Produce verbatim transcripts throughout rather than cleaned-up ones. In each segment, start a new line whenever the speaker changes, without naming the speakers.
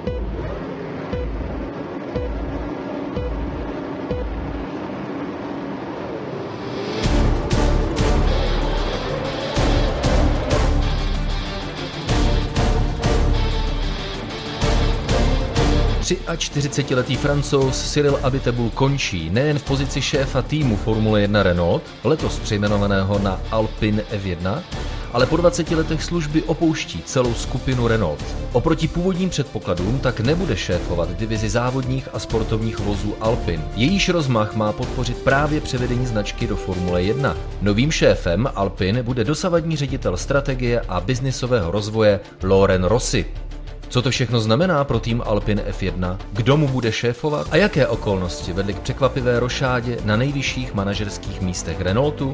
čtyřicetiletý Francouz Cyril Abiteboul končí nejen v pozici šéfa týmu Formule jedna Renault, letos přejmenovaného na Alpine F jedna, ale po dvaceti letech služby opouští celou skupinu Renault. Oproti původním předpokladům tak nebude šéfovat divizi závodních a sportovních vozů Alpine. Jejíž rozmach má podpořit právě převedení značky do Formule jedna. Novým šéfem Alpine bude dosavadní ředitel strategie a biznisového rozvoje Laurent Rossi. Co to všechno znamená pro tým Alpine F jedna, kdo mu bude šéfovat a jaké okolnosti vedly k překvapivé rošádě na nejvyšších manažerských místech Renaultu?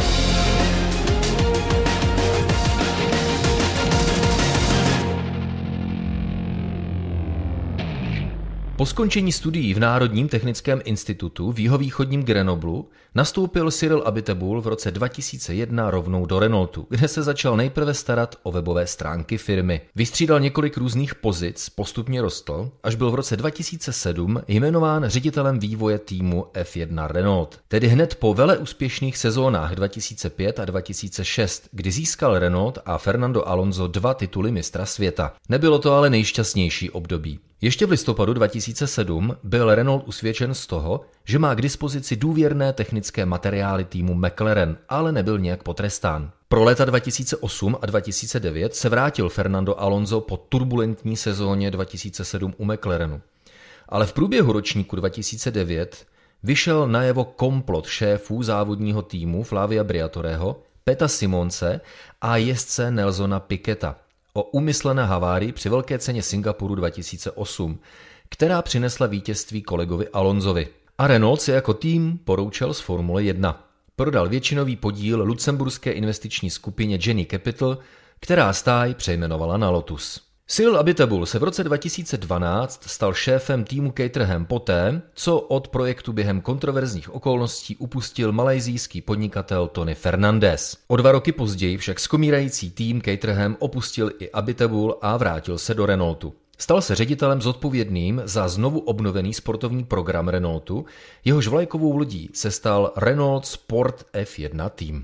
Po skončení studií v Národním technickém institutu v jihovýchodním Grenoblu nastoupil Cyril Abiteboul v roce dva tisíce jedna rovnou do Renaultu, kde se začal nejprve starat o webové stránky firmy. Vystřídal několik různých pozic, postupně rostl, až byl v roce dva tisíce sedm jmenován ředitelem vývoje týmu F jedna Renault. Tedy hned po veleúspěšných sezónách dva tisíce pět a dva tisíce šest, kdy získal Renault a Fernando Alonso dva tituly mistra světa. Nebylo to ale nejšťastnější období. Ještě v listopadu dva tisíce sedm byl Renault usvědčen z toho, že má k dispozici důvěrné technické materiály týmu McLaren, ale nebyl nějak potrestán. Pro léta dva tisíce osm a dva tisíce devět se vrátil Fernando Alonso po turbulentní sezóně dva tisíce sedm u McLarenu. Ale v průběhu ročníku dva tisíce devět vyšel najevo komplot šéfů závodního týmu Flavia Briatoreho, Peta Simonse a jezdce Nelsona Piqueta o úmyslné havárii při velké ceně Singapuru dva tisíce osm, která přinesla vítězství kolegovi Alonsovi. A Renault se jako tým poroučel z Formule jedna. Prodal většinový podíl lucemburské investiční skupině Jenny Capital, která stáj přejmenovala na Lotus. Cyril Abiteboul se v roce dva tisíce dvanáct stal šéfem týmu Caterham poté, co od projektu během kontroverzních okolností upustil malajsijský podnikatel Tony Fernandes. O dva roky později však skomírající tým Caterham opustil i Abiteboul a vrátil se do Renaultu. Stal se ředitelem zodpovědným za znovu obnovený sportovní program Renaultu, jehož vlajkovou lodí se stal Renault Sport F jedna tým.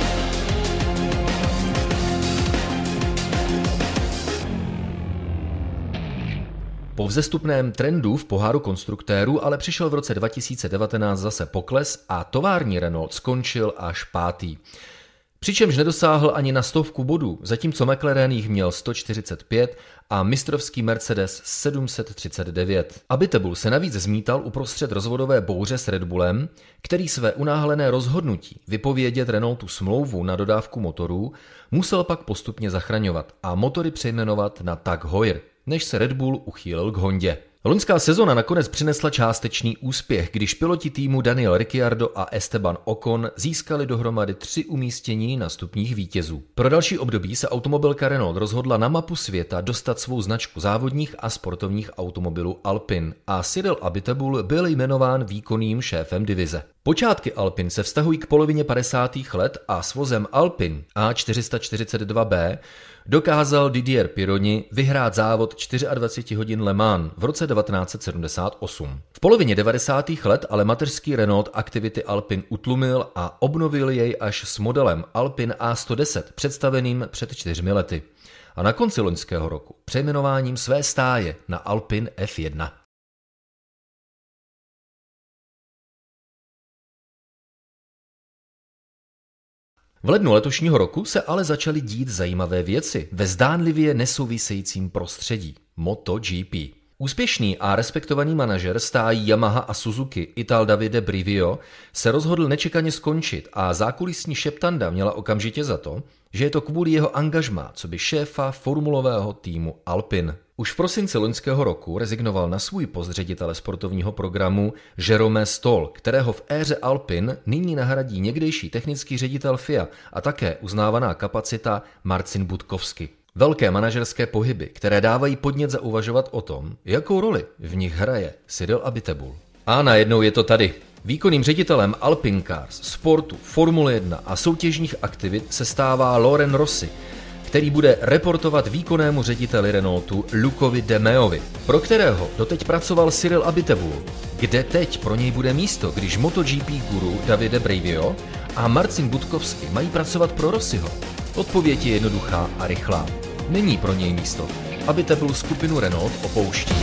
Po vzestupném trendu v poháru konstruktérů ale přišel v roce dva tisíce devatenáct zase pokles a tovární Renault skončil až pátý. Přičemž nedosáhl ani na stovku bodů, zatímco McLaren jich měl sto čtyřicet pět a mistrovský Mercedes sedm set třicet devět. Abiteboul se navíc zmítal uprostřed rozvodové bouře s Red Bullem, který své unáhlené rozhodnutí vypovědět Renaultu smlouvu na dodávku motorů musel pak postupně zachraňovat a motory přejmenovat na Tag Heuer, než se Red Bull uchýlil k Hondě. Loňská sezona nakonec přinesla částečný úspěch, když piloti týmu Daniel Ricciardo a Esteban Ocon získali dohromady tři umístění na stupních vítězů. Pro další období se automobilka Renault rozhodla na mapu světa dostat svou značku závodních a sportovních automobilů Alpine a Cyril Abiteboul byl jmenován výkonným šéfem divize. Počátky Alpine se vztahují k polovině padesátých let a s vozem Alpine A čtyři sta čtyřicet dva B dokázal Didier Pironi vyhrát závod dvacet čtyři hodin Le Mans v roce devatenáct set sedmdesát osm. V polovině devadesátých let ale mateřský Renault aktivity Alpine utlumil a obnovil jej až s modelem Alpine A sto deset představeným před čtyřmi lety. A na konci loňského roku přejmenováním své stáje na Alpine F jedna. V lednu letošního roku se ale začaly dít zajímavé věci ve zdánlivě nesouvisejícím prostředí MotoGP. Úspěšný a respektovaný manažer stájí Yamaha a Suzuki Ital Davide Brivio se rozhodl nečekaně skončit a zákulisní šeptanda měla okamžitě za to, že je to kvůli jeho angažmá coby šéfa formulového týmu Alpine. Už v prosinci loňského roku rezignoval na svůj post ředitele sportovního programu Jérôme Stoll, kterého v éře Alpine nyní nahradí někdejší technický ředitel F I A a také uznávaná kapacita Marcin Budkovsky. Velké manažerské pohyby, které dávají podnět zauvažovat o tom, jakou roli v nich hraje Cyril Abiteboul. A najednou je to tady. Výkonným ředitelem Alpine Cars, sportu, Formule jedna a soutěžních aktivit se stává Laurent Rossi, který bude reportovat výkonnému řediteli Renaultu Lucovi de Meovi, pro kterého doteď pracoval Cyril Abiteboul. Kde teď pro něj bude místo, když MotoGP guru Davide Brivio a Marcin Budkovsky mají pracovat pro Rossiho? Odpověď je jednoduchá a rychlá. Není pro něj místo. Abiteboul skupinu Renault opouští.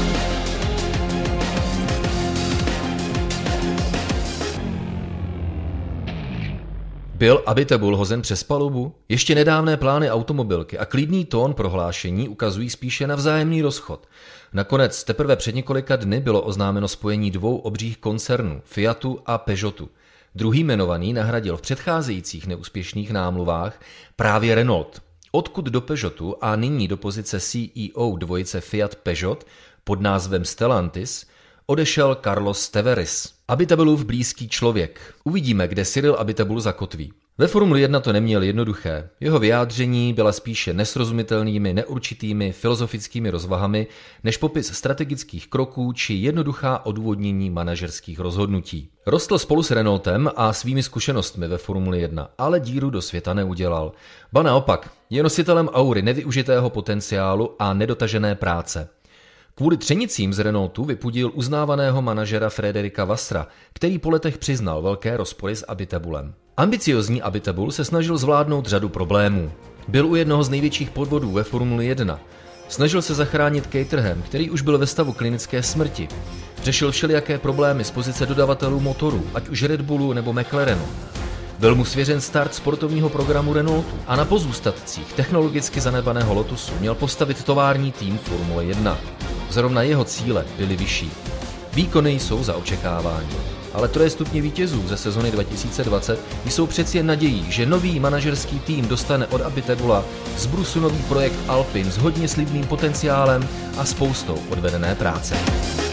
Byl Abiteboul hozen přes palubu? Ještě nedávné plány automobilky a klidný tón prohlášení ukazují spíše na vzájemný rozchod. Nakonec teprve před několika dny bylo oznámeno spojení dvou obřích koncernů, Fiatu a Peugeotu. Druhý jmenovaný nahradil v předcházejících neúspěšných námluvách právě Renault. Odkud do Peugeotu a nyní do pozice C E O dvojice Fiat Peugeot pod názvem Stellantis odešel Carlos Tavares, Abiteboulův blízký člověk. Uvidíme, kde Cyril Abiteboul zakotví. Ve Formuli jedna to neměl jednoduché. Jeho vyjádření byla spíše nesrozumitelnými, neurčitými filozofickými rozvahami než popis strategických kroků či jednoduchá odůvodnění manažerských rozhodnutí. Rostl spolu s Renaultem a svými zkušenostmi ve Formuli jedna, ale díru do světa neudělal. Ba naopak, je nositelem aury nevyužitého potenciálu a nedotažené práce. Kvůli třenicím z Renaultu vypudil uznávaného manažera Frederika Vassra, který po letech přiznal velké rozpory s Abiteboulem. Ambiciozní Abiteboul se snažil zvládnout řadu problémů. Byl u jednoho z největších podvodů ve Formuli jedna. Snažil se zachránit Caterham, který už byl ve stavu klinické smrti. Řešil všelijaké problémy z pozice dodavatelů motorů, ať už Red Bullu nebo McLarenu. Byl mu svěřen start sportovního programu Renaultu a na pozůstatcích technologicky zanedbaného Lotusu měl postavit tovární tým Formule jedna. Zrovna jeho cíle byly vyšší. Výkony jsou za očekávání. Ale troje stupně vítězů ze sezony dva tisíce dvacet jsou přeci jen nadějí, že nový manažerský tým dostane od Abiteboula z brusu nový projekt Alpine s hodně slibným potenciálem a spoustou odvedené práce.